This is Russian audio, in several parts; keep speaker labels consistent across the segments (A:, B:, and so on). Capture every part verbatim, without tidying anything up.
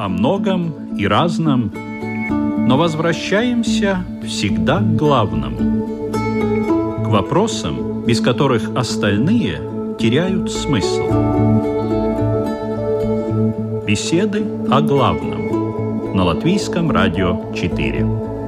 A: о многом и разном, но возвращаемся всегда к главному, к вопросам, без которых остальные теряют смысл. Беседы о главном на Латвийском радио четыре.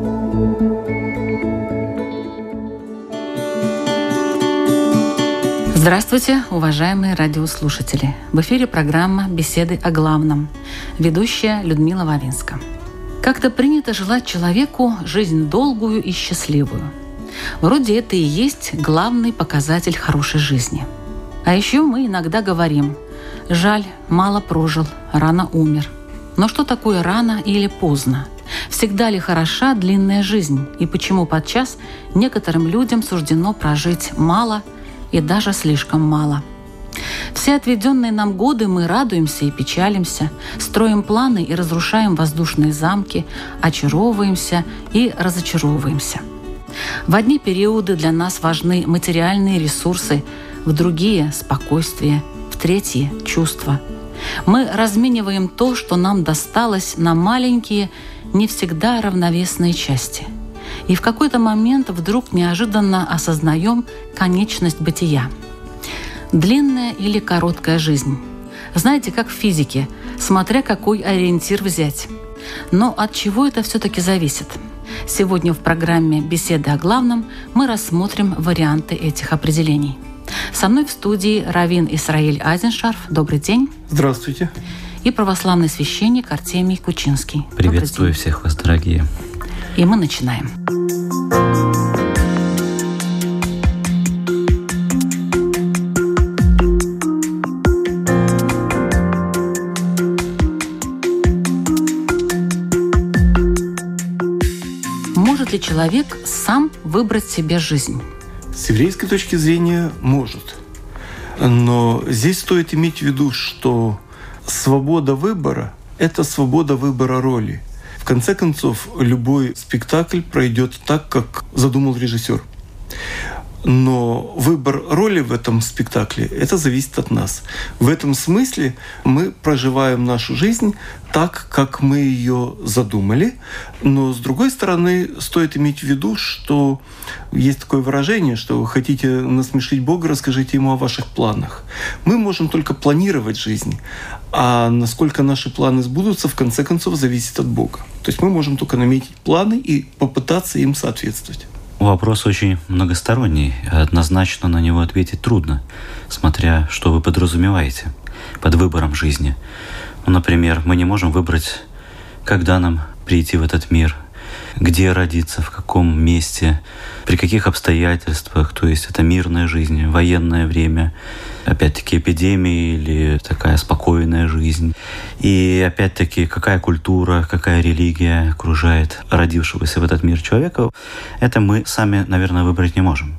B: Здравствуйте, уважаемые радиослушатели! В эфире программа «Беседы о главном». Ведущая Людмила Вавинска. Как-то принято желать человеку жизнь долгую и счастливую. Вроде это и есть главный показатель хорошей жизни. А еще мы иногда говорим: «Жаль, мало прожил, рано умер». Но что такое рано или поздно? Всегда ли хороша длинная жизнь? И почему подчас некоторым людям суждено прожить мало и даже слишком мало? Все отведенные нам годы мы радуемся и печалимся, строим планы и разрушаем воздушные замки, очаровываемся и разочаровываемся. В одни периоды для нас важны материальные ресурсы, в другие – спокойствие, в третьи – чувства. Мы размениваем то, что нам досталось, на маленькие, не всегда равновесные части. И в какой-то момент вдруг неожиданно осознаем конечность бытия. Длинная или короткая жизнь? Знаете, как в физике, смотря какой ориентир взять. Но от чего это все-таки зависит? Сегодня в программе «Беседы о главном» мы рассмотрим варианты этих определений. Со мной в студии раввин Исраэль Айзеншарф. Добрый день.
C: Здравствуйте.
B: И православный священник Артемий Кучинский.
D: Приветствую всех вас, дорогие.
B: И мы начинаем. Может ли человек сам выбрать себе жизнь?
C: С еврейской точки зрения может. Но здесь стоит иметь в виду, что свобода выбора – это свобода выбора роли. В конце концов, любой спектакль пройдет так, как задумал режиссер. Но выбор роли в этом спектакле – это зависит от нас. В этом смысле мы проживаем нашу жизнь так, как мы ее задумали. Но, с другой стороны, стоит иметь в виду, что есть такое выражение, что вы хотите насмешить Бога, расскажите Ему о ваших планах. Мы можем только планировать жизнь, а насколько наши планы сбудутся, в конце концов, зависит от Бога. То есть мы можем только наметить планы и попытаться им соответствовать.
D: Вопрос очень многосторонний. Однозначно на него ответить трудно, смотря что вы подразумеваете под выбором жизни. Ну, например, мы не можем выбрать, когда нам прийти в этот мир, где родиться, в каком месте, при каких обстоятельствах. То есть это мирная жизнь, военное время, опять-таки эпидемия или такая спокойная жизнь. И опять-таки какая культура, какая религия окружает родившегося в этот мир человека, это мы сами, наверное, выбрать не можем.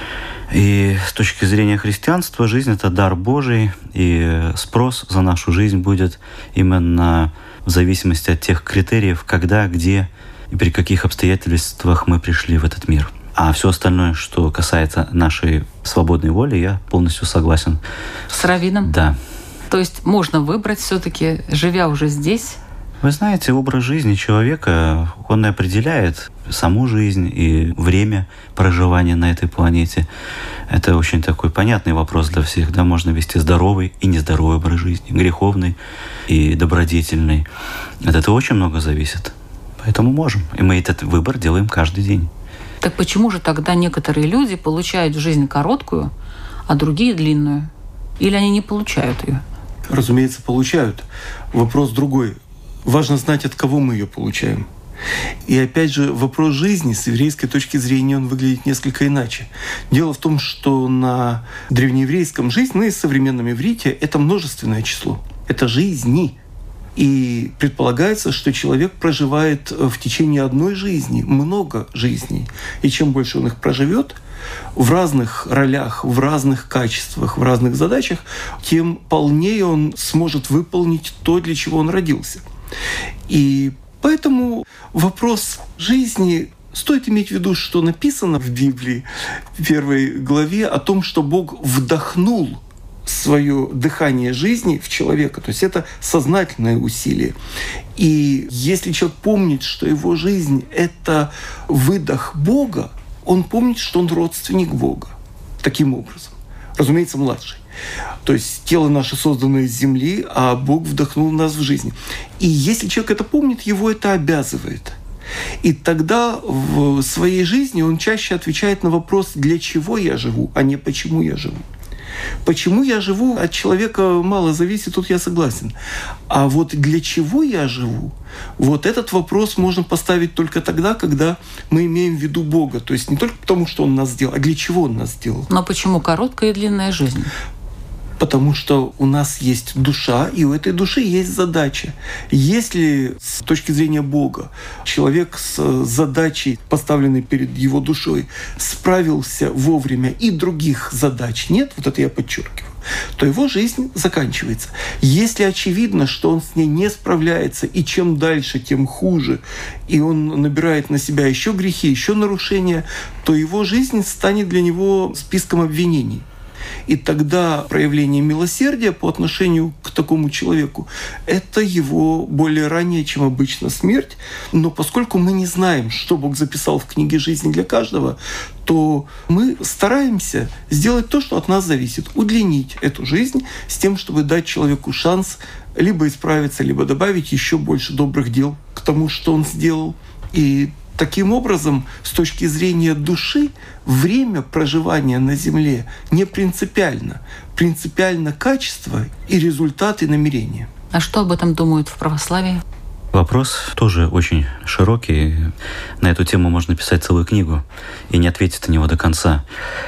D: И с точки зрения христианства жизнь — это дар Божий, и спрос за нашу жизнь будет именно в зависимости от тех критериев, когда, где и при каких обстоятельствах мы пришли в этот мир. А все остальное, что касается нашей свободной воли, я полностью согласен.
B: С раввином?
D: Да.
B: То есть можно выбрать все-таки, живя уже здесь?
D: Вы знаете, образ жизни человека, он и определяет саму жизнь и время проживания на этой планете. Это очень такой понятный вопрос для всех. Да? Можно вести здоровый и нездоровый образ жизни, греховный и добродетельный. От этого очень много зависит. Поэтому можем. И мы этот выбор делаем каждый день.
B: Так почему же тогда некоторые люди получают жизнь короткую, а другие длинную? Или они не получают ее?
C: Разумеется, получают. Вопрос другой. Важно знать, от кого мы ее получаем. И опять же, вопрос жизни с еврейской точки зрения он выглядит несколько иначе. Дело в том, что на древнееврейском жизнь, ну и в современном иврите, это множественное число. Это жизни. И предполагается, что человек проживает в течение одной жизни много жизней. И чем больше он их проживет в разных ролях, в разных качествах, в разных задачах, тем полнее он сможет выполнить то, для чего он родился. И поэтому вопрос жизни стоит иметь в виду, что написано в Библии, в первой главе, о том, что Бог вдохнул свое дыхание жизни в человека. То есть это сознательное усилие. И если человек помнит, что его жизнь — это выдох Бога, он помнит, что он родственник Бога. Таким образом. Разумеется, младший. То есть тело наше создано из земли, а Бог вдохнул в нас в жизнь. И если человек это помнит, его это обязывает. И тогда в своей жизни он чаще отвечает на вопрос, для чего я живу, а не почему я живу. Почему я живу, от человека мало зависит, тут я согласен. А вот для чего я живу, вот этот вопрос можно поставить только тогда, когда мы имеем в виду Бога. То есть не только потому, что Он нас сделал, а для чего Он нас сделал.
B: Но почему короткая и длинная жизнь?
C: Потому что у нас есть душа, и у этой души есть задача. Если с точки зрения Бога человек с задачей, поставленной перед его душой, справился вовремя и других задач нет, вот это я подчеркиваю, то его жизнь заканчивается. Если очевидно, что он с ней не справляется, и чем дальше, тем хуже, и он набирает на себя еще грехи, еще нарушения, то его жизнь станет для него списком обвинений. И тогда проявление милосердия по отношению к такому человеку — это его более ранняя, чем обычно, смерть. Но поскольку мы не знаем, что Бог записал в книге жизни для каждого, то мы стараемся сделать то, что от нас зависит, удлинить эту жизнь с тем, чтобы дать человеку шанс либо исправиться, либо добавить еще больше добрых дел к тому, что он сделал. И таким образом, с точки зрения души, время проживания на Земле не принципиально. Принципиально качество и результаты намерения.
B: А что об этом думают в православии?
D: Вопрос тоже очень широкий. На эту тему можно писать целую книгу и не ответить на него до конца.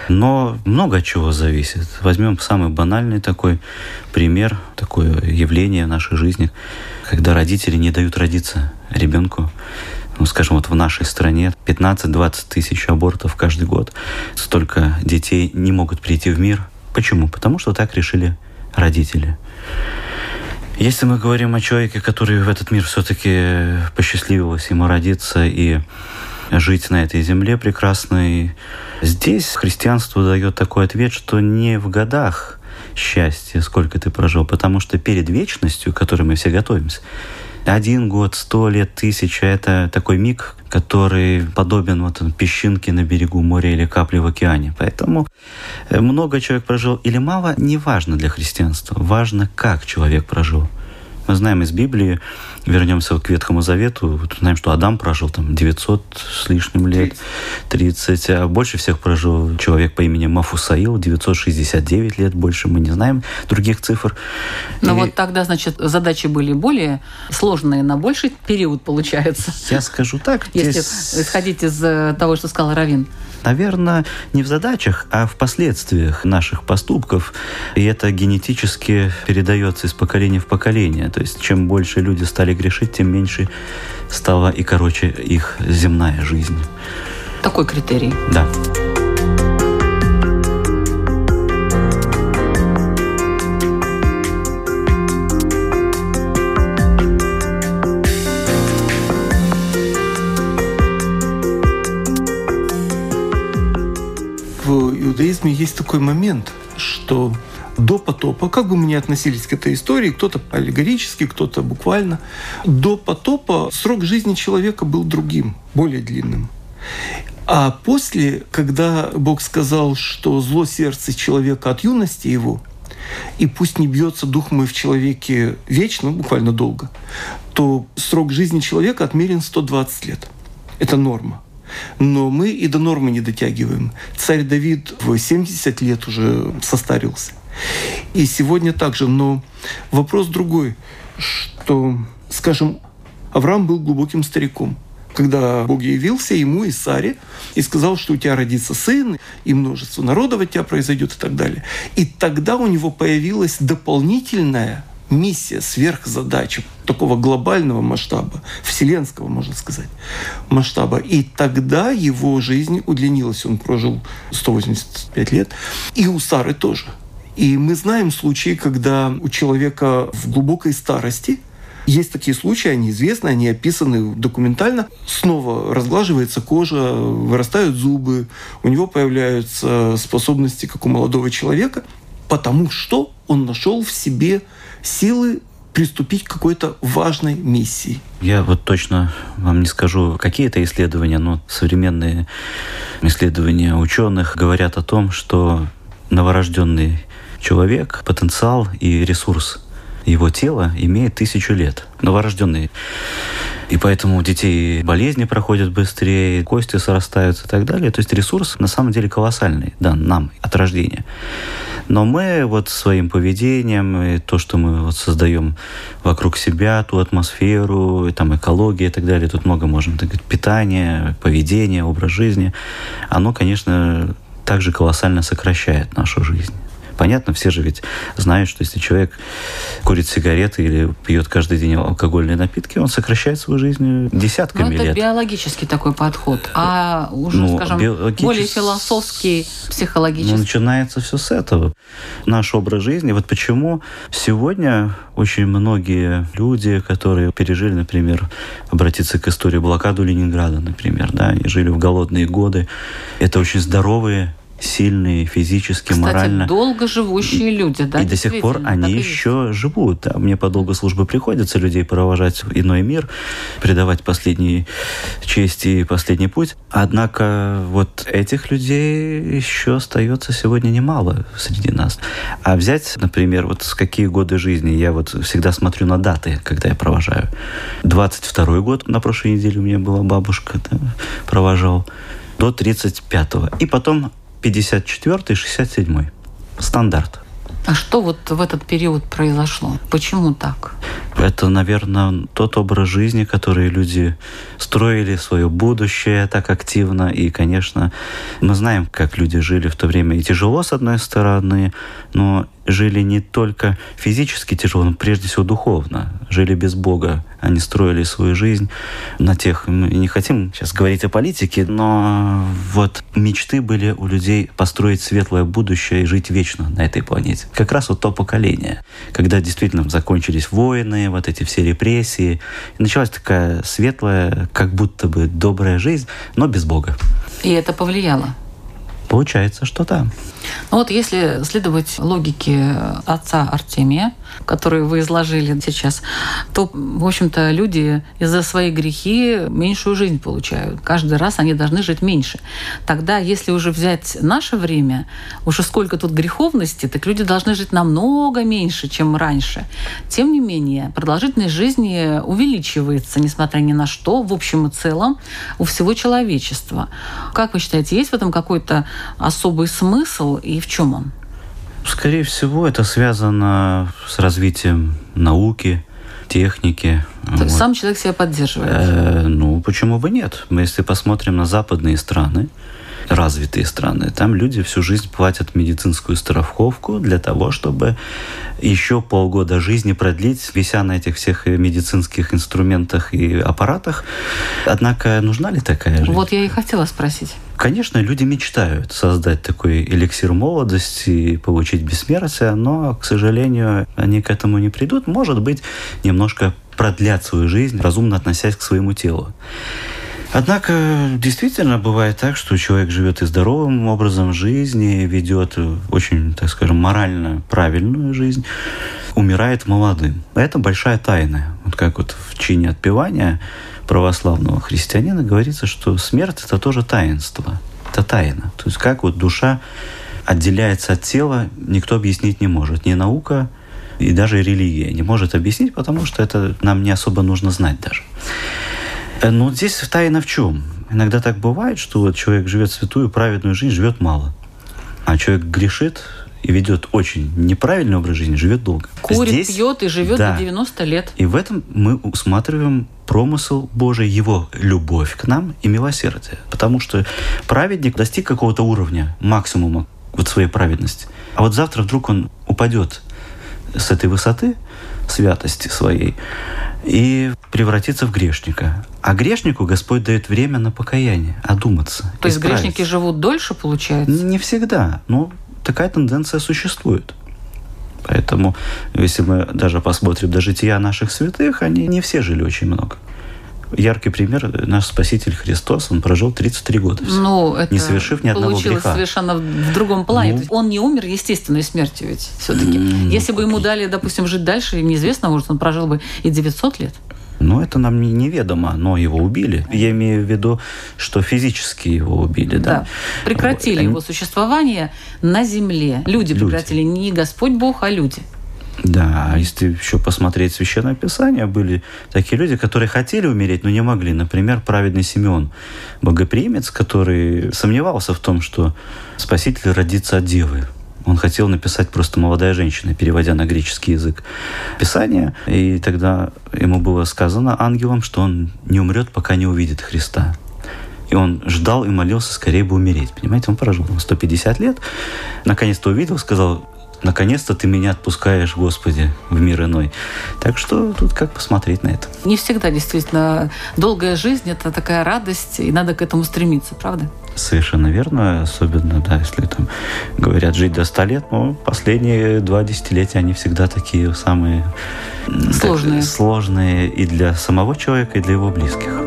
D: Но много от чего зависит. Возьмем самый банальный такой пример, такое явление в нашей жизни, когда родители не дают родиться ребенку. Ну, скажем, вот в нашей стране пятнадцать-двадцать тысяч абортов каждый год. Столько детей не могут прийти в мир. Почему? Потому что так решили родители. Если мы говорим о человеке, который в этот мир все-таки посчастливилось ему родиться и жить на этой земле прекрасной, здесь христианство дает такой ответ, что не в годах счастья, сколько ты прожил, потому что перед вечностью, к которой мы все готовимся, один год, сто лет, тысяча — это такой миг, который подобен вот песчинке на берегу моря или капле в океане. Поэтому много человек прожил или мало, не важно для христианства. Важно, как человек прожил. Мы знаем из Библии, вернемся к Ветхому Завету, вот знаем, что Адам прожил там девятьсот с лишним лет, тридцать, а больше всех прожил человек по имени Мафусаил, девятьсот шестьдесят девять лет, больше мы не знаем других цифр.
B: Но
D: И...
B: вот тогда, значит, задачи были более сложные, на больший период, получается.
D: Я скажу так.
B: Если
D: здесь...
B: исходить из того, что сказал Равин.
D: Наверное, не в задачах, а в последствиях наших поступков. И это генетически передается из поколения в поколение. То есть, чем больше люди стали грешить, тем меньше стала и короче их земная жизнь.
B: Такой критерий.
D: Да.
C: В иудаизме есть такой момент, что до потопа, как бы мы ни относились к этой истории, кто-то аллегорически, кто-то буквально, до потопа срок жизни человека был другим, более длинным. А после, когда Бог сказал, что зло сердце человека от юности его, и пусть не бьется дух мой в человеке вечно, буквально долго, то срок жизни человека отмерен сто двадцать лет. Это норма. Но мы и до нормы не дотягиваем. Царь Давид в семьдесят лет уже состарился. И сегодня также. Но вопрос другой, что, скажем, Авраам был глубоким стариком, когда Бог явился ему и Саре и сказал, что у тебя родится сын, и множество народов от тебя произойдет и так далее. И тогда у него появилась дополнительная миссия, сверхзадача такого глобального масштаба, вселенского, можно сказать, масштаба. И тогда его жизнь удлинилась. Он прожил сто восемьдесят пять лет. И у Сары тоже. И мы знаем случаи, когда у человека в глубокой старости есть такие случаи, они известны, они описаны документально. Снова разглаживается кожа, вырастают зубы, у него появляются способности, как у молодого человека, потому что он нашел в себе силы приступить к какой-то важной миссии.
D: Я вот точно вам не скажу, какие это исследования, но современные исследования ученых говорят о том, что новорожденный человек, потенциал и ресурс его тела имеет тысячу лет. Новорожденный. И поэтому у детей болезни проходят быстрее, кости срастаются и так далее. То есть ресурс на самом деле колоссальный, да, нам от рождения. Но мы вот своим поведением, и то, что мы вот создаем вокруг себя, ту атмосферу, и там экология и так далее, тут много можно так говорить, питание, поведение, образ жизни, оно, конечно, также колоссально сокращает нашу жизнь. Понятно, все же ведь знают, что если человек курит сигареты или пьет каждый день алкогольные напитки, он сокращает свою жизнь десятками лет.
B: Ну, это лет. Биологический такой подход. А уже, ну, скажем, биологический... более философский, психологический.
D: Ну, начинается все с этого. Наш образ жизни. Вот почему сегодня очень многие люди, которые пережили, например, обратиться к истории блокаду Ленинграда, например, да, они жили в голодные годы. Это очень здоровые, сильные, физически,
B: Кстати,
D: морально.
B: долго живущие люди, да?
D: И до сих пор они еще есть. живут. Да. Мне по долгу службы приходится людей провожать в иной мир, предавать последние чести и последний путь. Однако вот этих людей еще остается сегодня немало среди нас. А взять, например, вот с какие годы жизни, я вот всегда смотрю на даты, когда я провожаю. двадцать второй год, на прошлой неделе у меня была бабушка, да, провожал, до тридцать пятого. И потом пятьдесят четвёртый, шестьдесят седьмой. Стандарт.
B: А что вот в этот период произошло? Почему так?
D: Это, наверное, тот образ жизни, который люди строили, свое будущее так активно. И, конечно, мы знаем, как люди жили в то время. И тяжело, с одной стороны, но жили не только физически тяжело, но прежде всего духовно. Жили без Бога. Они строили свою жизнь на тех... Мы не хотим сейчас говорить о политике, но вот мечты были у людей построить светлое будущее и жить вечно на этой планете. Как раз вот то поколение, когда действительно закончились войны, вот эти все репрессии. И началась такая светлая, как будто бы добрая жизнь, но без Бога.
B: И это повлияло?
D: Получается, что да.
B: Ну вот если следовать логике отца Артемия, которую вы изложили сейчас, то, в общем-то, люди из-за своих грехи меньшую жизнь получают. Каждый раз они должны жить меньше. Тогда, если уже взять наше время, уже сколько тут греховности, так люди должны жить намного меньше, чем раньше. Тем не менее, продолжительность жизни увеличивается, несмотря ни на что, в общем и целом, у всего человечества. Как вы считаете, есть в этом какой-то особый смысл и в чем он?
D: Скорее всего, это связано с развитием науки, техники.
B: То есть вот. Сам человек себя поддерживает?
D: Э, ну, почему бы нет? Мы, если посмотрим на западные страны, развитые страны, там люди всю жизнь платят медицинскую страховку для того, чтобы еще полгода жизни продлить, вися на этих всех медицинских инструментах и аппаратах. Однако, нужна ли такая жизнь?
B: Вот я и хотела спросить.
D: Конечно, люди мечтают создать такой эликсир молодости и получить бессмертие, но, к сожалению, они к этому не придут. Может быть, немножко продлят свою жизнь, разумно относясь к своему телу. Однако, действительно, бывает так, что человек живет и здоровым образом жизни, ведет очень, так скажем, морально правильную жизнь, умирает молодым. Это большая тайна. Вот как вот в чине отпевания православного христианина говорится, что смерть – это тоже таинство. Это тайна. То есть как вот душа отделяется от тела, никто объяснить не может. Ни наука, и даже религия не может объяснить, потому что это нам не особо нужно знать даже. Но здесь тайна в чем? Иногда так бывает, что вот человек живет святую, праведную жизнь, живет мало. А человек грешит и ведет очень неправильный образ жизни, живет долго.
B: Курит, здесь, пьет и живет да, до девяноста лет.
D: И в этом мы усматриваем промысел Божий, его любовь к нам и милосердие. Потому что праведник достиг какого-то уровня, максимума вот своей праведности. А вот завтра вдруг он упадет с этой высоты святости своей и превратиться в грешника. А грешнику Господь дает время на покаяние, одуматься.
B: То есть грешники живут дольше, получается?
D: Не всегда, но такая тенденция существует. Поэтому, если мы даже посмотрим до жития наших святых, они не все жили очень много. Яркий пример, наш Спаситель Христос, он прожил тридцать три года,
B: ну, это
D: не совершив ни одного
B: получилось
D: греха.
B: Совершенно в другом плане.
D: Ну,
B: То есть он не умер естественной смертью ведь все-таки. Mm, Если бы ему дали, допустим, жить дальше, неизвестно, может, он прожил бы и девятьсот лет.
D: Ну, это нам не неведомо, но его убили. Я имею в виду, что физически его убили. Да,
B: да. Прекратили вот. его существование на земле. Люди, люди прекратили, не Господь Бог, а люди.
D: Да, а если еще посмотреть Священное Писание, были такие люди, которые хотели умереть, но не могли. Например, праведный Симеон, богоприимец, который сомневался в том, что Спаситель родится от девы. Он хотел написать просто «молодая женщина», переводя на греческий язык Писание. И тогда ему было сказано ангелом, что он не умрет, пока не увидит Христа. И он ждал и молился, скорее бы умереть. Понимаете, он прожил сто пятьдесят лет. Наконец-то увидел, сказал: «Наконец-то ты меня отпускаешь, Господи, в мир иной». Так что тут как посмотреть на это.
B: Не всегда действительно долгая жизнь – это такая радость, и надо к этому стремиться, правда?
D: Совершенно верно. Особенно, да, если там говорят жить до ста лет, но последние два десятилетия, они всегда такие самые
B: сложные.
D: Так, сложные и для самого человека, и для его близких.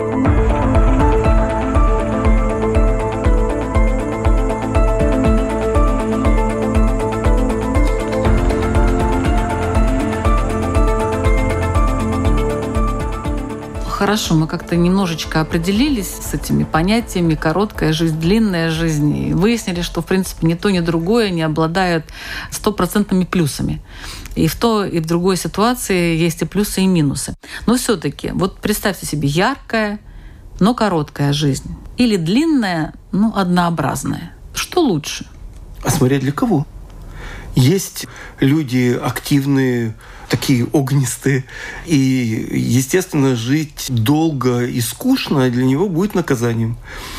B: Хорошо, мы как-то немножечко определились с этими понятиями «короткая жизнь», «длинная жизнь», и выяснили, что, в принципе, ни то, ни другое не обладают стопроцентными плюсами. И в той, и в другой ситуации есть и плюсы, и минусы. Но все-таки, вот представьте себе, яркая, но короткая жизнь. Или длинная, но однообразная. Что лучше?
C: А смотря для кого? Есть люди активные, такие огнистые. И, естественно, жить долго и скучно для него будет наказанием.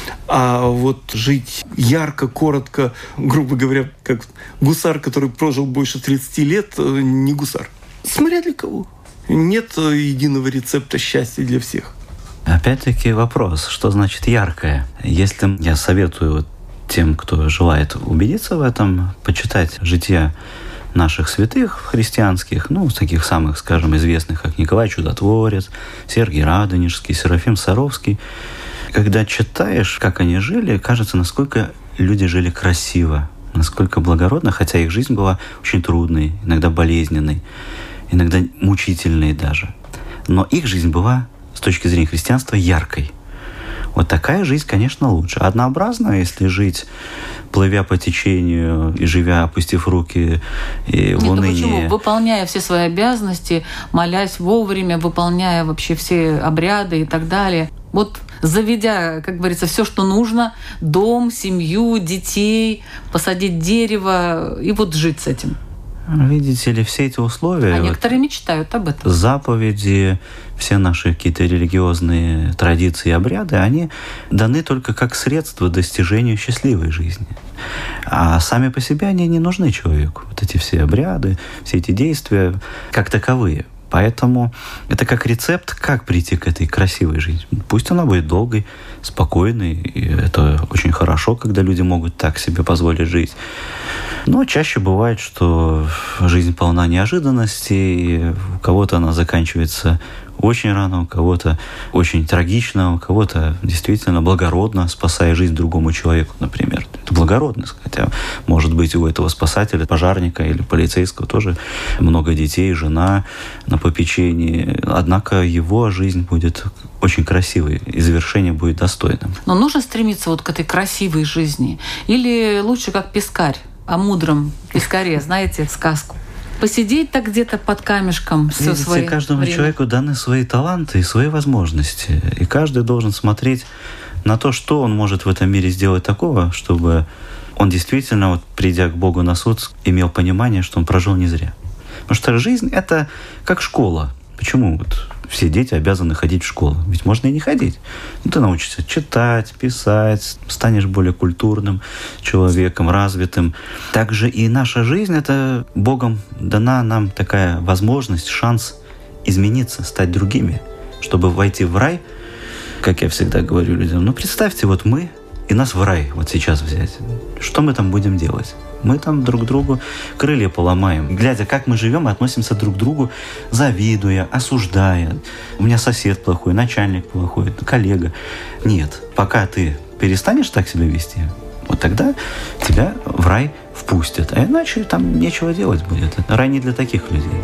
C: А вот жить ярко, коротко, грубо говоря, как гусар, который прожил больше тридцати лет, не гусар. Смотря для кого. Нет единого рецепта счастья для всех.
D: Опять-таки вопрос, что значит яркое? Если я советую вот тем, кто желает убедиться в этом, почитать жития наших святых христианских, ну, таких самых, скажем, известных, как Николай Чудотворец, Сергий Радонежский, Серафим Саровский. Когда читаешь, как они жили, кажется, насколько люди жили красиво, насколько благородно, хотя их жизнь была очень трудной, иногда болезненной, иногда мучительной даже. Но их жизнь была, с точки зрения христианства, яркой. Вот такая жизнь, конечно, лучше. Однообразно, если жить, плывя по течению и живя, опустив руки и в
B: Нет,
D: унынии.
B: Ну почему? Выполняя все свои обязанности, молясь вовремя, выполняя вообще все обряды и так далее. Вот заведя, как говорится, все, что нужно, дом, семью, детей, посадить дерево и вот жить с этим.
D: Видите ли, все эти условия...
B: А
D: вот,
B: некоторые мечтают об этом.
D: Заповеди, все наши какие-то религиозные традиции и обряды, они даны только как средство достижению счастливой жизни. А сами по себе они не нужны человеку. Вот эти все обряды, все эти действия как таковые. Поэтому это как рецепт, как прийти к этой красивой жизни. Пусть она будет долгой, спокойной, и это очень хорошо, когда люди могут так себе позволить жить. Но чаще бывает, что жизнь полна неожиданностей, у кого-то она заканчивается очень рано, у кого-то очень трагично, у кого-то действительно благородно, спасая жизнь другому человеку, например. Это благородность, хотя, может быть, у этого спасателя, пожарника или полицейского тоже много детей, жена на попечении. Однако его жизнь будет очень красивой, и завершение будет достойным.
B: Но нужно стремиться вот к этой красивой жизни? Или лучше как пескарь, о мудром пескаре, знаете, сказку? Посидеть так где-то под камешком все
D: Видите,
B: свое
D: каждому
B: время.
D: человеку даны свои таланты и свои возможности. И каждый должен смотреть на то, что он может в этом мире сделать такого, чтобы он действительно, вот, придя к Богу на суд, имел понимание, что он прожил не зря. Потому что жизнь — это как школа. Почему вот все дети обязаны ходить в школу? Ведь можно и не ходить. Ну, ты научишься читать, писать, станешь более культурным человеком, развитым. Также и наша жизнь — это Богом дана нам такая возможность, шанс измениться, стать другими, чтобы войти в рай. Как я всегда говорю людям, ну представьте, вот мы и нас в рай вот сейчас взять. Что мы там будем делать? Мы там друг другу крылья поломаем, глядя, как мы живем и относимся друг к другу, завидуя, осуждая. У меня сосед плохой, начальник плохой, коллега. Нет, пока ты перестанешь так себя вести, вот тогда тебя в рай впустят. А иначе там нечего делать будет. Рай не для таких людей.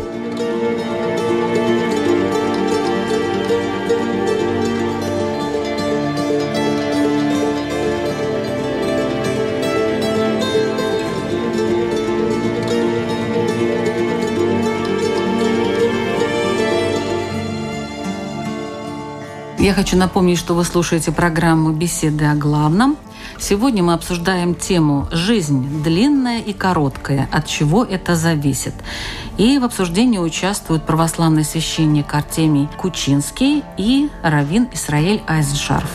B: Я хочу напомнить, что вы слушаете программу «Беседы о главном». Сегодня мы обсуждаем тему «Жизнь длинная и короткая. От чего это зависит?». И в обсуждении участвуют православный священник Артемий Кучинский и раввин Исраэль Айзеншарф.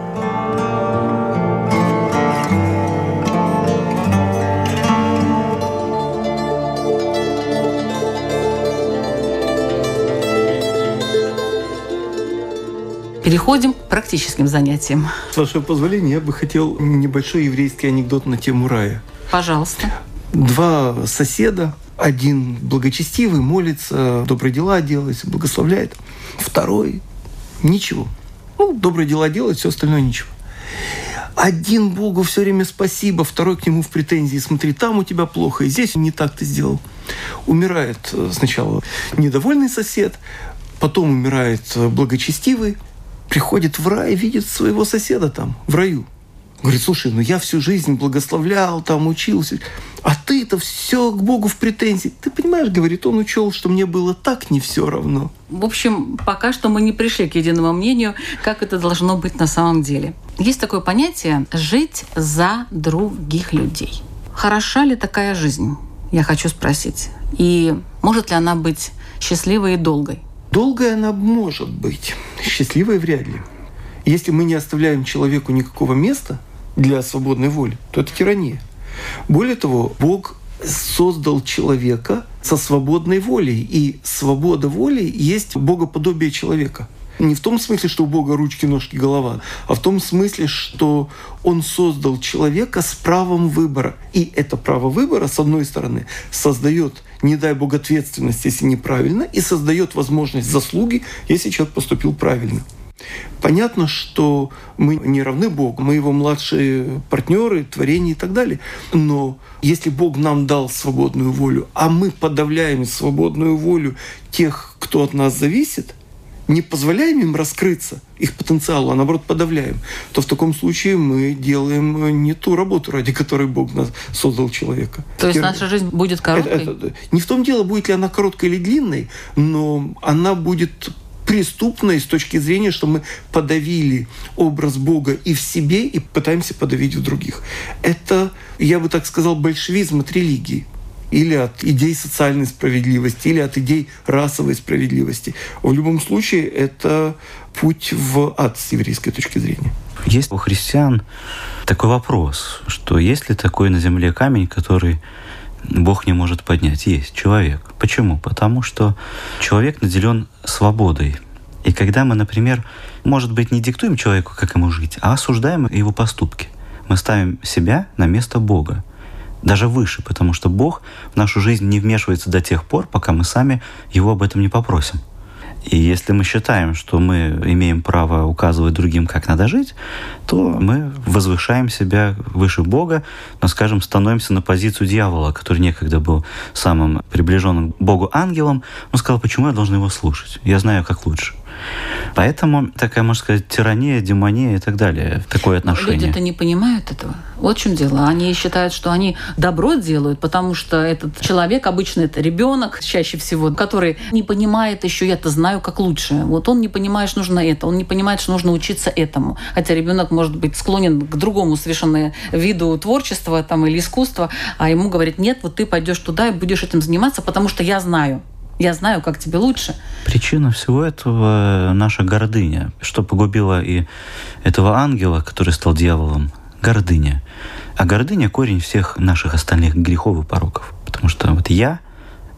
B: Переходим к практическим занятиям.
C: С вашего позволения, я бы хотел небольшой еврейский анекдот на тему рая.
B: Пожалуйста.
C: Два соседа. Один благочестивый, молится, добрые дела делает, благословляет. Второй – ничего. Ну, добрые дела делает, все остальное – ничего. Один Богу все время спасибо, второй к нему в претензии. Смотри, там у тебя плохо, и здесь не так ты сделал. Умирает сначала недовольный сосед, потом умирает благочестивый, приходит в рай, видит своего соседа там, в раю. Говорит, слушай, ну я всю жизнь благословлял, там учился, а ты-то все к Богу в претензии. Ты понимаешь, говорит, он учел, что мне было так не все равно.
B: В общем, пока что мы не пришли к единому мнению, как это должно быть на самом деле. Есть такое понятие «жить за других людей». Хороша ли такая жизнь? Я хочу спросить. И может ли она быть счастливой и долгой?
C: Долгой она может быть, счастливой вряд ли. Если мы не оставляем человеку никакого места для свободной воли, то это тирания. Более того, Бог создал человека со свободной волей, и свобода воли есть богоподобие человека. Не в том смысле, что у Бога ручки, ножки, голова, а в том смысле, что Он создал человека с правом выбора. И это право выбора, с одной стороны, создает, не дай Бог, ответственность, если неправильно, и создает возможность заслуги, если человек поступил правильно. Понятно, что мы не равны Богу, мы Его младшие партнеры, творения и так далее. Но если Бог нам дал свободную волю, а мы подавляем свободную волю тех, кто от нас зависит, не позволяем им раскрыться, их потенциалу, а наоборот подавляем, то в таком случае мы делаем не ту работу, ради которой Бог нас создал человека.
B: То есть наша жизнь будет короткой?
C: Это, это, не в том дело, будет ли она короткой или длинной, но она будет преступной с точки зрения, что мы подавили образ Бога и в себе, и пытаемся подавить в других. Это, я бы так сказал, большевизм от религии. Или от идей социальной справедливости, или от идей расовой справедливости. В любом случае, это путь в ад с еврейской точки зрения.
D: Есть у христиан такой вопрос, что есть ли такой на земле камень, который Бог не может поднять? Есть человек. Почему? Потому что человек наделен свободой. И когда мы, например, может быть, не диктуем человеку, как ему жить, а осуждаем его поступки, мы ставим себя на место Бога. Даже выше, потому что Бог в нашу жизнь не вмешивается до тех пор, пока мы сами Его об этом не попросим. И если мы считаем, что мы имеем право указывать другим, как надо жить, то мы возвышаем себя выше Бога, но, скажем, становимся на позицию дьявола, который некогда был самым приближенным к Богу ангелом. Он сказал, почему я должен его слушать? Я знаю, как лучше. Поэтому такая, можно сказать, тирания, демония и так далее, такое отношение.
B: Люди-то не понимают этого. Вот в чем дело. Они считают, что они добро делают, потому что этот человек, обычно это ребенок, чаще всего, который не понимает еще, я-то знаю, как лучше. Вот он не понимает, что нужно это, он не понимает, что нужно учиться этому. Хотя ребенок может быть склонен к другому совершенно виду творчества там, или искусства, а ему говорят, нет, вот ты пойдешь туда и будешь этим заниматься, потому что я знаю. Я знаю, как тебе лучше.
D: Причина всего этого — наша гордыня. Что погубило и этого ангела, который стал дьяволом? Гордыня. А гордыня — корень всех наших остальных грехов и пороков. Потому что вот я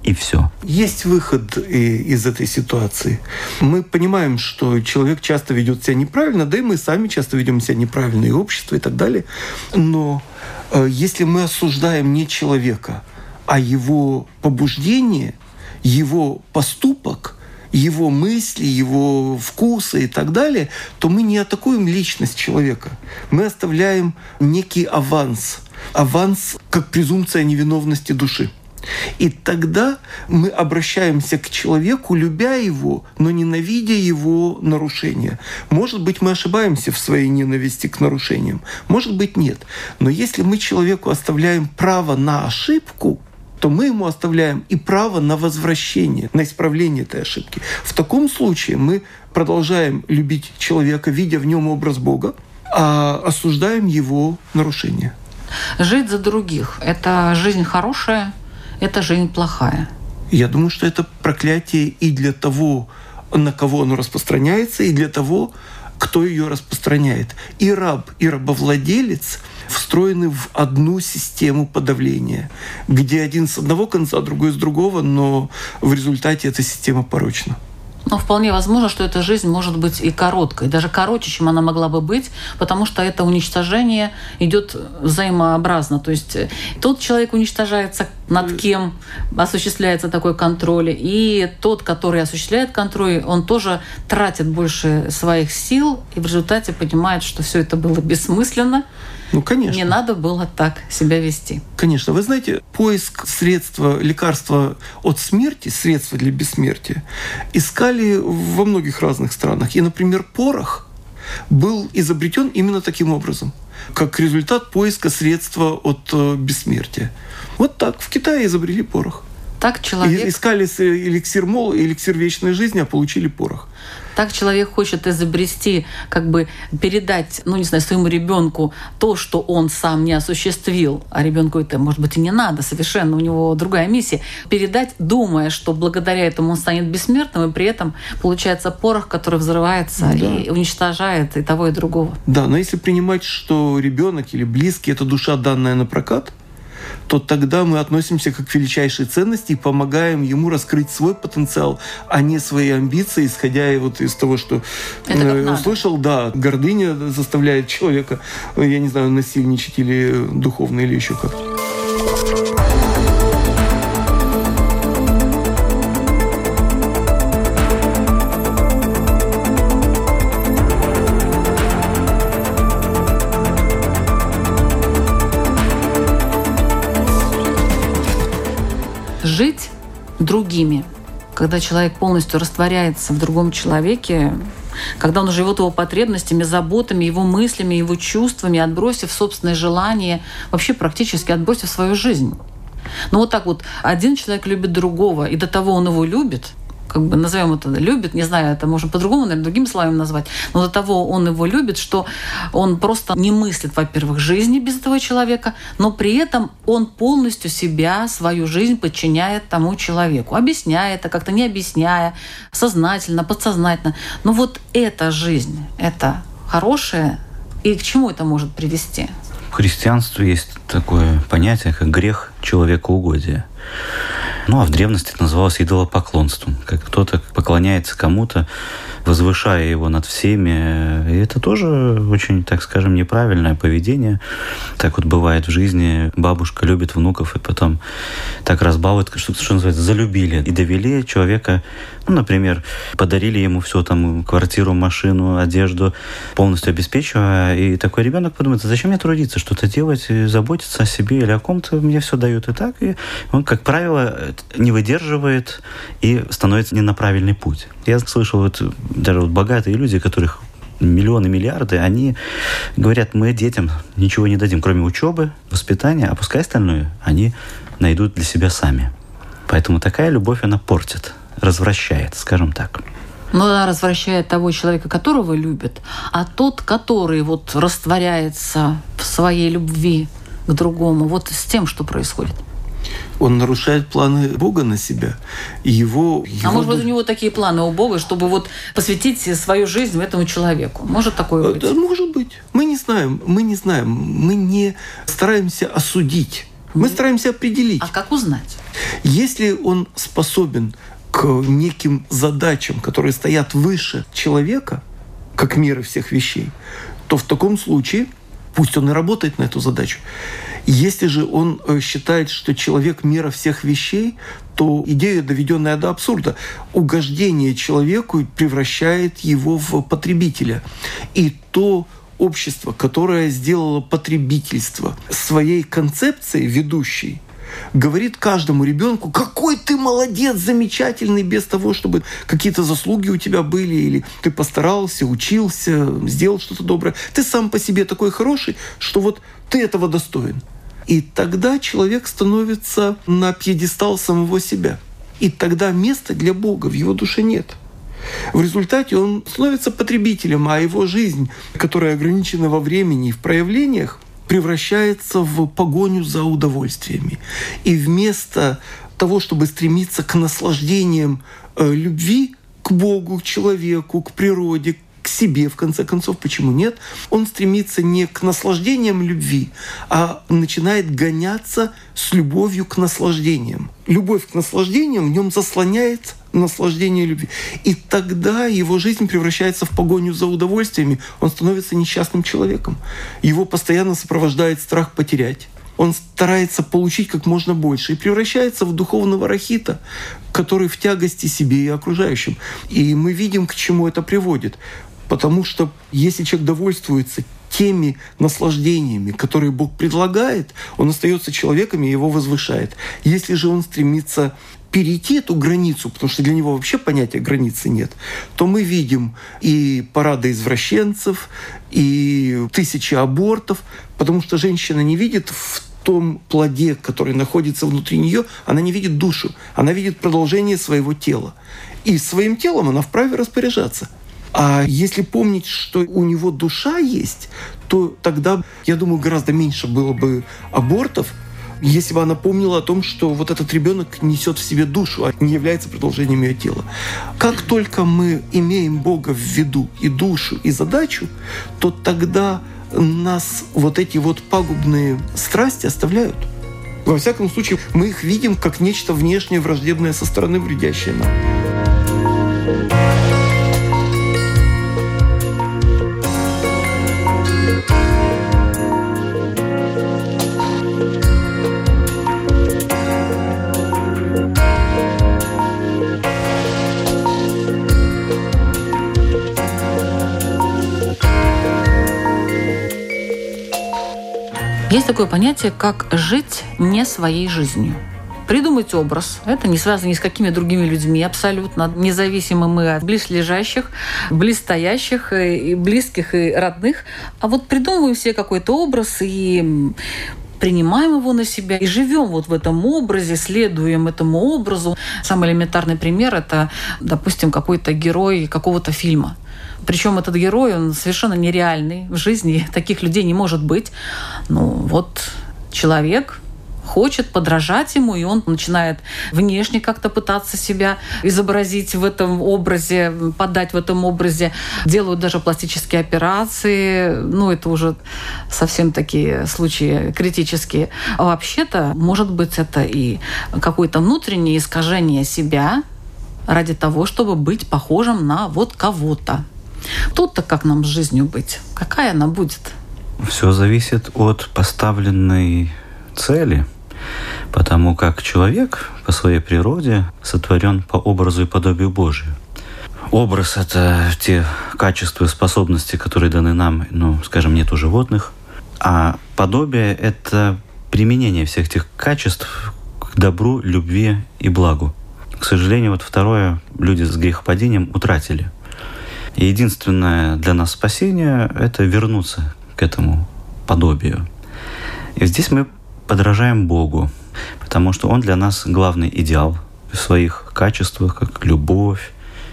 D: и все.
C: Есть выход из этой ситуации. Мы понимаем, что человек часто ведет себя неправильно, да и мы сами часто ведем себя неправильно, и общество, и так далее. Но если мы осуждаем не человека, а его побуждение, его поступок, его мысли, его вкусы и так далее, то мы не атакуем личность человека. Мы оставляем некий аванс. Аванс как презумпция невиновности души. И тогда мы обращаемся к человеку, любя его, но ненавидя его нарушения. Может быть, мы ошибаемся в своей ненависти к нарушениям, может быть, нет. Но если мы человеку оставляем право на ошибку, то мы ему оставляем и право на возвращение, на исправление этой ошибки. В таком случае мы продолжаем любить человека, видя в нем образ Бога, а осуждаем его нарушения.
B: Жить за других – это жизнь хорошая, это жизнь плохая.
C: Я думаю, что это проклятие и для того, на кого оно распространяется, и для того, кто ее распространяет. И раб, и рабовладелец встроены в одну систему подавления, где один с одного конца, другой с другого, но в результате эта система порочна.
B: Но вполне возможно, что эта жизнь может быть и короткой, даже короче, чем она могла бы быть, потому что это уничтожение идет взаимообразно. То есть тот человек уничтожается, над кем осуществляется такой контроль, и тот, который осуществляет контроль, он тоже тратит больше своих сил и в результате понимает, что все это было бессмысленно.
C: Ну, конечно.
B: Не надо было так себя вести.
C: Конечно. Вы знаете, поиск средства, лекарства от смерти, средства для бессмертия, искали во многих разных странах. И, например, порох был изобретен именно таким образом, как результат поиска средства от бессмертия. Вот так в Китае изобрели порох.
B: Так человек...
C: Искали эликсир мол, эликсир вечной жизни, а получили порох.
B: Так человек хочет изобрести, как бы передать, ну не знаю, своему ребенку то, что он сам не осуществил, а ребенку это, может быть, и не надо, совершенно у него другая миссия, передать, думая, что благодаря этому он станет бессмертным, и при этом получается порох, который взрывается, да, и уничтожает и того, и другого.
C: Да, но если принимать, что ребенок или близкий – это душа, данная на прокат, то тогда мы относимся как к величайшей ценности и помогаем ему раскрыть свой потенциал, а не свои амбиции, исходя вот из того, что э, услышал, да, гордыня заставляет человека, я не знаю, насильничать или духовно, или еще как-то.
B: Жить другими, когда человек полностью растворяется в другом человеке, когда он живет его потребностями, заботами, его мыслями, его чувствами, отбросив собственные желания, вообще практически отбросив свою жизнь. Но вот так вот один человек любит другого, и до того он его любит, как бы назовем это, любит, не знаю, это можно по-другому, наверное, другими словами назвать, но до того он его любит, что он просто не мыслит, во-первых, жизни без этого человека, но при этом он полностью себя, свою жизнь подчиняет тому человеку, объясняя это, как-то не объясняя, сознательно, подсознательно. Но вот эта жизнь, это хорошая, и к чему это может привести?
D: В христианстве есть такое понятие, как грех человекоугодия. Ну, а в древности это называлось идолопоклонством. Как кто-то поклоняется кому-то, возвышая его над всеми. И это тоже очень, так скажем, неправильное поведение. Так вот бывает в жизни. Бабушка любит внуков и потом так разбалует, что, что называется, залюбили. И довели человека, ну, например, подарили ему все, там, квартиру, машину, одежду, полностью обеспечивая. И такой ребенок подумает, зачем мне трудиться, что-то делать, заботиться о себе или о ком-то, мне все дают и так. И он, как правило, не выдерживает и становится не на правильный путь. Я слышал, вот, даже вот богатые люди, которых миллионы, миллиарды, они говорят, мы детям ничего не дадим, кроме учебы, воспитания, а пускай остальное они найдут для себя сами. Поэтому такая любовь, она портит, развращает, скажем так.
B: Но она развращает того человека, которого любит, а тот, который вот растворяется в своей любви к другому, вот с тем, что происходит.
C: Он нарушает планы Бога на себя. И его, его...
B: А может быть, у него такие планы у Бога, чтобы вот посвятить свою жизнь этому человеку? Может такое быть?
C: Да, может быть. Мы не знаем. Мы не знаем. Мы не стараемся осудить. Мы стараемся определить.
B: А как узнать?
C: Если он способен к неким задачам, которые стоят выше человека, как меры всех вещей, то в таком случае пусть он и работает на эту задачу. Если же он считает, что человек — мера всех вещей, то идея, доведенная до абсурда, угождение человеку превращает его в потребителя. И то общество, которое сделало потребительство своей концепцией ведущей, говорит каждому ребенку: какой ты молодец, замечательный, без того, чтобы какие-то заслуги у тебя были, или ты постарался, учился, сделал что-то доброе. Ты сам по себе такой хороший, что вот ты этого достоин. И тогда человек становится на пьедестал самого себя. И тогда места для Бога в его душе нет. В результате он становится потребителем, а его жизнь, которая ограничена во времени и в проявлениях, превращается в погоню за удовольствиями. И вместо того, чтобы стремиться к наслаждениям любви к Богу, к человеку, к природе, к себе, в конце концов, почему нет, он стремится не к наслаждениям любви, а начинает гоняться с любовью к наслаждениям. Любовь к наслаждениям в нем заслоняет наслаждение любви. И тогда его жизнь превращается в погоню за удовольствиями. Он становится несчастным человеком. Его постоянно сопровождает страх потерять. Он старается получить как можно больше и превращается в духовного рахита, который в тягости себе и окружающим. И мы видим, к чему это приводит. Потому что если человек довольствуется теми наслаждениями, которые Бог предлагает, он остается человеком и его возвышает. Если же он стремится перейти эту границу, потому что для него вообще понятия границы нет, то мы видим и парады извращенцев, и тысячи абортов, потому что женщина не видит в том плоде, который находится внутри нее, она не видит душу, она видит продолжение своего тела. И своим телом она вправе распоряжаться. А если помнить, что у него душа есть, то тогда, я думаю, гораздо меньше было бы абортов, если бы она помнила о том, что вот этот ребенок несет в себе душу, а не является продолжением ее тела. Как только мы имеем Бога в виду и душу, и задачу, то тогда нас вот эти вот пагубные страсти оставляют. Во всяком случае, мы их видим как нечто внешнее, враждебное со стороны, вредящее нам.
B: Есть такое понятие, как жить не своей жизнью. Придумать образ. Это не связано ни с какими другими людьми абсолютно. Независимо мы от близлежащих, близстоящих, и близких, и родных. А вот придумываем себе какой-то образ и принимаем его на себя и живем вот в этом образе, следуем этому образу. Самый элементарный пример – это, допустим, какой-то герой какого-то фильма. Причем этот герой, он совершенно нереальный. В жизни таких людей не может быть. Ну вот человек хочет подражать ему, и он начинает внешне как-то пытаться себя изобразить в этом образе, подать в этом образе. Делают даже пластические операции. Ну, это уже совсем такие случаи критические. А вообще-то, может быть, это и какое-то внутреннее искажение себя ради того, чтобы быть похожим на вот кого-то. Тут-то как нам с жизнью быть? Какая она будет?
D: Все зависит от поставленной цели, потому как человек по своей природе сотворен по образу и подобию Божию. Образ — это те качества и способности, которые даны нам, ну, скажем, нет у животных, а подобие — это применение всех этих качеств к добру, любви и благу. К сожалению, вот второе люди с грехопадением утратили. И единственное для нас спасение — это вернуться к этому подобию. И здесь мы подражаем Богу, потому что Он для нас главный идеал в своих качествах, как любовь,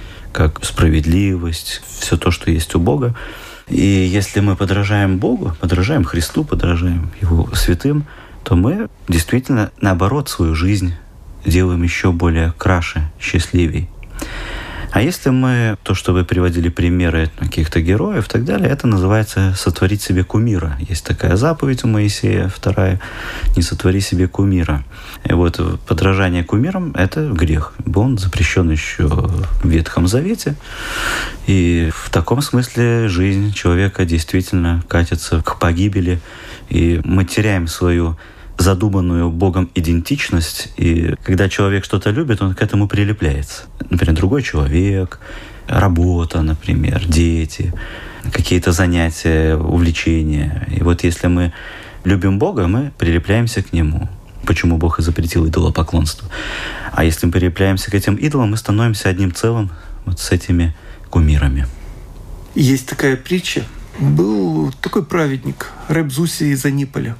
D: как справедливость, все то, что есть у Бога. И если мы подражаем Богу, подражаем Христу, подражаем Его святым, то мы действительно, наоборот, свою жизнь делаем еще более краше, счастливей. А если мы, то, что вы приводили примеры каких-то героев и так далее, это называется «сотворить себе кумира». Есть такая заповедь у Моисея, вторая «не сотвори себе кумира». И вот подражание кумирам – это грех. Он запрещен еще в Ветхом Завете. И в таком смысле жизнь человека действительно катится к погибели, и мы теряем свою задуманную Богом идентичность, и когда человек что-то любит, он к этому прилепляется. Например, другой человек, работа, например, дети, какие-то занятия, увлечения. И вот если мы любим Бога, мы прилепляемся к Нему. Почему Бог и запретил идолопоклонство. А если мы прилепляемся к этим идолам, мы становимся одним целым вот с этими кумирами.
C: Есть такая притча. Был такой праведник, рэб Зуси из Аниполя.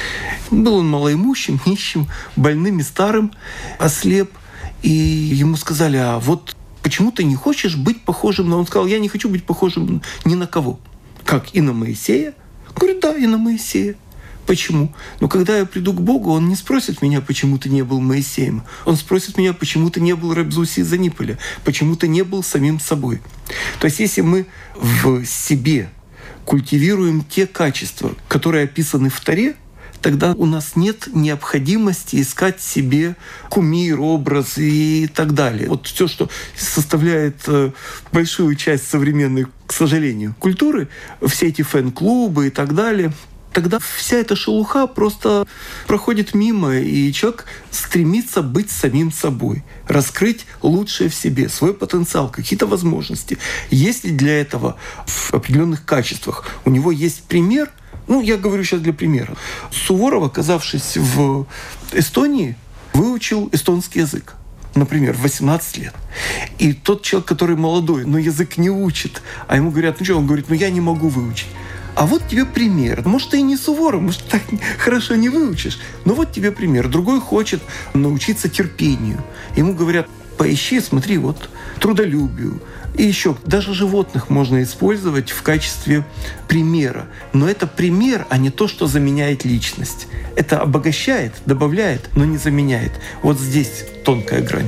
C: Был он малоимущим, нищим, больным и старым, ослеп. И ему сказали: а вот почему ты не хочешь быть похожим на... Он сказал: я не хочу быть похожим ни на кого. Как, и на Моисея? Говорит: да, и на Моисея. Почему? Но когда я приду к Богу, Он не спросит меня, почему ты не был Моисеем. Он спросит меня, почему ты не был рэб Зуси из Аниполя, почему ты не был самим собой. То есть если мы в себе культивируем те качества, которые описаны в Торе, тогда у нас нет необходимости искать себе кумир, образ и так далее. Вот все, что составляет большую часть современной, к сожалению, культуры, все эти фэн-клубы и так далее, тогда вся эта шелуха просто проходит мимо, и человек стремится быть самим собой, раскрыть лучшее в себе, свой потенциал, какие-то возможности. Если для этого в определенных качествах у него есть пример, ну, я говорю сейчас для примера. Суворов, оказавшись в Эстонии, выучил эстонский язык. Например, в восемнадцать лет. И тот человек, который молодой, но язык не учит, а ему говорят: ну что? Он говорит: ну я не могу выучить. А вот тебе пример. Может, ты и не Суворов, может, так хорошо не выучишь. Но вот тебе пример. Другой хочет научиться терпению. Ему говорят: поищи, смотри, вот, трудолюбию. И еще даже животных можно использовать в качестве примера. Но это пример, а не то, что заменяет личность. Это обогащает, добавляет, но не заменяет. Вот здесь тонкая грань.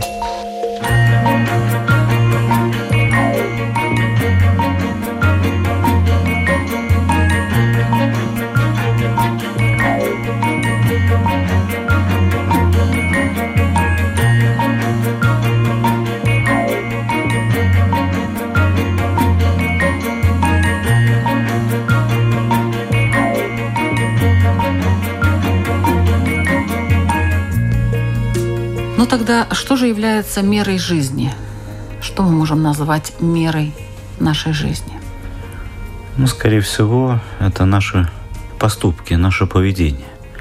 B: Ну тогда что же является мерой жизни? Что мы можем назвать мерой нашей жизни?
D: Ну, скорее всего, это наши поступки, наше поведение.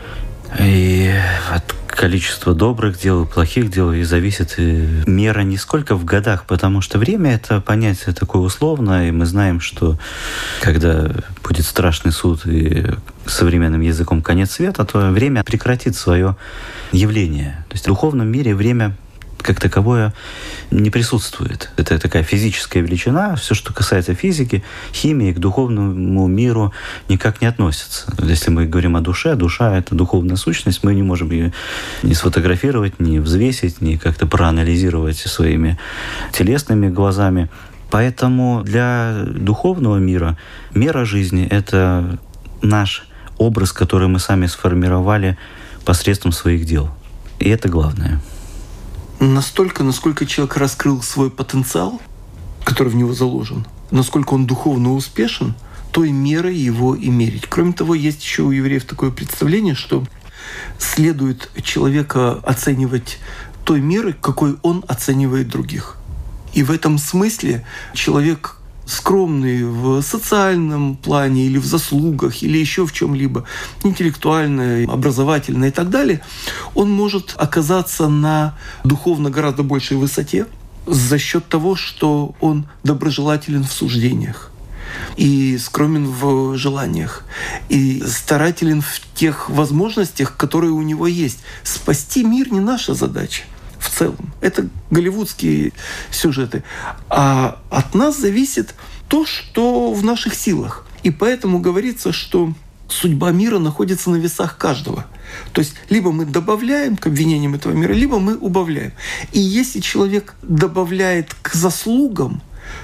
D: И от количества добрых дел и плохих дел и зависит и мера не сколько в годах, потому что время — это понятие такое условное, и мы знаем, что когда будет страшный суд и современным языком конец света, то время прекратит свое явление. То есть в духовном мире время как таковое не присутствует. Это такая физическая величина. Все, что касается физики, химии, к духовному миру никак не относится. Если мы говорим о душе, душа — это духовная сущность, мы не можем ее ни сфотографировать, ни взвесить, ни как-то проанализировать своими телесными глазами. Поэтому для духовного мира мера жизни — это наш образ, который мы сами сформировали посредством своих дел. И это главное.
C: Настолько, насколько человек раскрыл свой потенциал, который в него заложен, насколько он духовно успешен, той мерой его и мерить. Кроме того, есть еще у евреев такое представление, что следует человека оценивать той мерой, какой он оценивает других. И в этом смысле человек скромный в социальном плане или в заслугах, или еще в чем-либо, интеллектуально, образовательно и так далее, он может оказаться на духовно гораздо большей высоте за счет того, что он доброжелателен в суждениях и скромен в желаниях, и старателен в тех возможностях, которые у него есть. Спасти мир не наша задача. В целом. Это голливудские сюжеты. А от нас зависит то, что в наших силах. И поэтому говорится, что судьба мира находится на весах каждого. То есть либо мы добавляем к обвинениям этого мира, либо мы убавляем. И если человек добавляет к заслугам,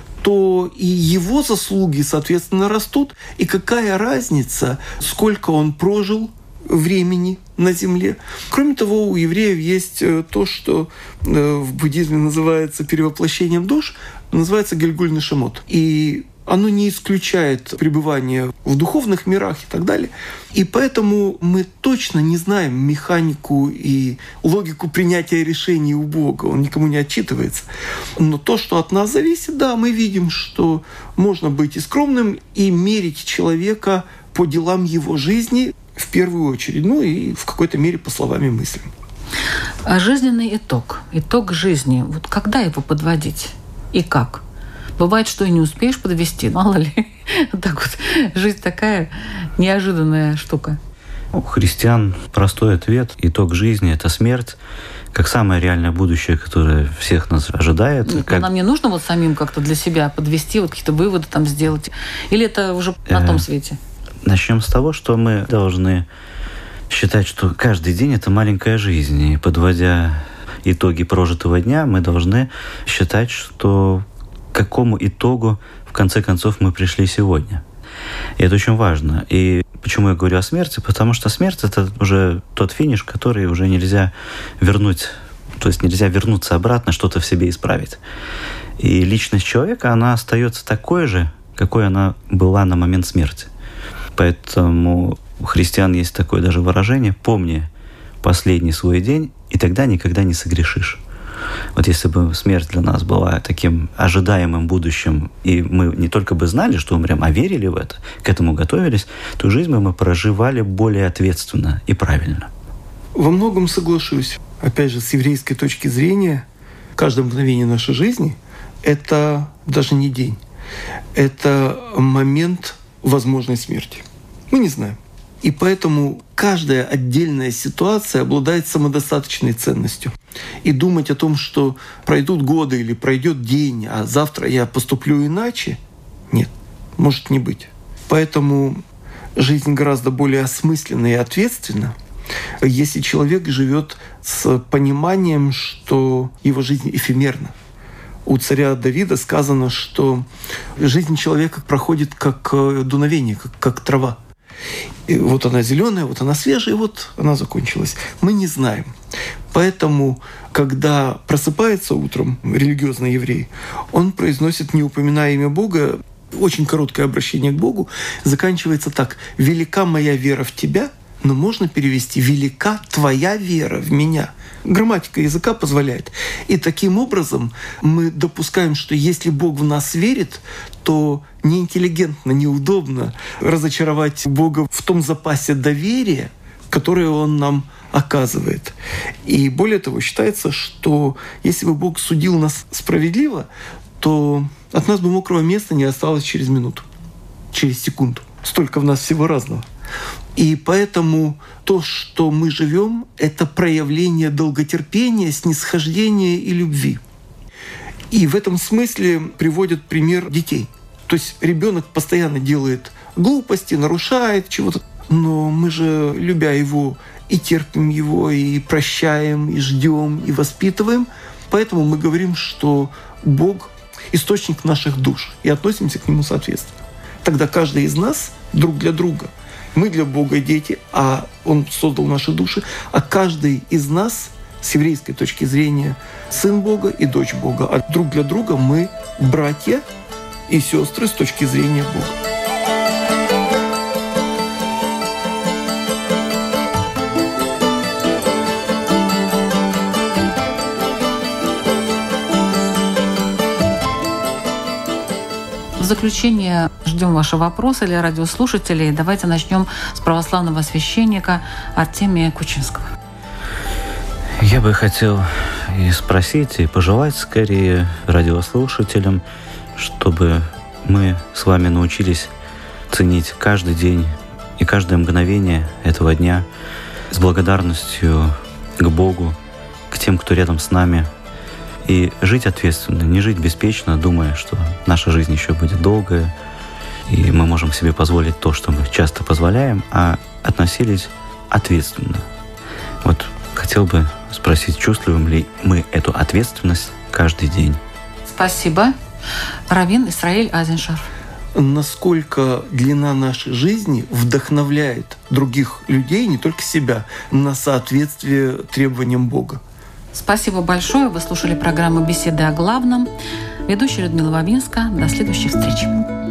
C: то и его заслуги, соответственно, растут. И какая разница, сколько он прожил времени на земле. Кроме того, у евреев есть то, что в буддизме называется перевоплощением душ, называется гельгуль нешамот. И оно не исключает пребывание в духовных мирах и так далее. И поэтому мы точно не знаем механику и логику принятия решений у Бога. Он никому не отчитывается. Но то, что от нас зависит, да, мы видим, что можно быть и скромным, и мерить человека по делам его жизни в первую очередь, ну и в какой-то мере по словам и мыслям.
B: А жизненный итог, итог жизни, вот когда его подводить и как? Бывает, что и не успеешь подвести, мало ли. Так вот, жизнь такая неожиданная штука.
D: У христиан простой ответ. Итог жизни – это смерть, как самое реальное будущее, которое всех нас ожидает.
B: Нет,
D: как...
B: Нам не нужно вот самим как-то для себя подвести, вот какие-то выводы там сделать? Или это уже на том свете?
D: Начнем с того, что мы должны считать, что каждый день – это маленькая жизнь. И подводя итоги прожитого дня, мы должны считать, что к какому итогу, в конце концов, мы пришли сегодня. И это очень важно. И почему я говорю о смерти? Потому что смерть – это уже тот финиш, который уже нельзя вернуть, то есть нельзя вернуться обратно, что-то в себе исправить. И личность человека, она остается такой же, какой она была на момент смерти. Поэтому у христиан есть такое даже выражение: «Помни последний свой день, и тогда никогда не согрешишь». Вот если бы смерть для нас была таким ожидаемым будущим, и мы не только бы знали, что умрем, а верили в это, к этому готовились, то жизнь мы проживали более ответственно и правильно.
C: Во многом соглашусь. Опять же, с еврейской точки зрения, каждое мгновение нашей жизни — это даже не день. Это момент возможной смерти. Мы не знаем. И поэтому каждая отдельная ситуация обладает самодостаточной ценностью. И думать о том, что пройдут годы или пройдет день, а завтра я поступлю иначе, нет, может не быть. Поэтому жизнь гораздо более осмысленна и ответственна, если человек живет с пониманием, что его жизнь эфемерна. У царя Давида сказано, что жизнь человека проходит как дуновение, как, как трава. И вот она зеленая, вот она свежая, и вот она закончилась. Мы не знаем. Поэтому, когда просыпается утром религиозный еврей, он произносит, не упоминая имя Бога, очень короткое обращение к Богу, заканчивается так: «Велика моя вера в Тебя», но можно перевести «велика твоя вера в меня». Грамматика языка позволяет. И таким образом мы допускаем, что если Бог в нас верит, то неинтеллигентно, неудобно разочаровать Бога в том запасе доверия, которое Он нам оказывает. И более того, считается, что если бы Бог судил нас справедливо, то от нас бы мокрого места не осталось через минуту, через секунду. Столько в нас всего разного. И поэтому то, что мы живем, это проявление долготерпения, снисхождения и любви. И в этом смысле приводят пример детей. То есть ребенок постоянно делает глупости, нарушает чего-то, но мы же, любя его, и терпим его, и прощаем, и ждем, и воспитываем. Поэтому мы говорим, что Бог — источник наших душ, и относимся к Нему соответственно. Тогда каждый из нас друг для друга. Мы для Бога дети, а Он создал наши души, а каждый из нас с еврейской точки зрения сын Бога и дочь Бога. А друг для друга мы братья и сестры с точки зрения Бога.
B: В заключение ждем ваши вопросы для радиослушателей. Давайте начнем с православного священника Артемия Кучинского.
D: Я бы хотел и спросить, и пожелать скорее радиослушателям, чтобы мы с вами научились ценить каждый день и каждое мгновение этого дня с благодарностью к Богу, к тем, кто рядом с нами, и жить ответственно, не жить беспечно, думая, что наша жизнь еще будет долгая, и мы можем себе позволить то, что мы часто позволяем, а относились ответственно. Вот хотел бы спросить, чувствуем ли мы эту ответственность каждый день?
B: Спасибо. Раввин Исраэль Азиншарф.
C: Насколько длина нашей жизни вдохновляет других людей, не только себя, на соответствие требованиям Бога.
B: Спасибо большое. Вы слушали программу «Беседы о главном». Ведущая Людмила Вавинска. До следующих встреч.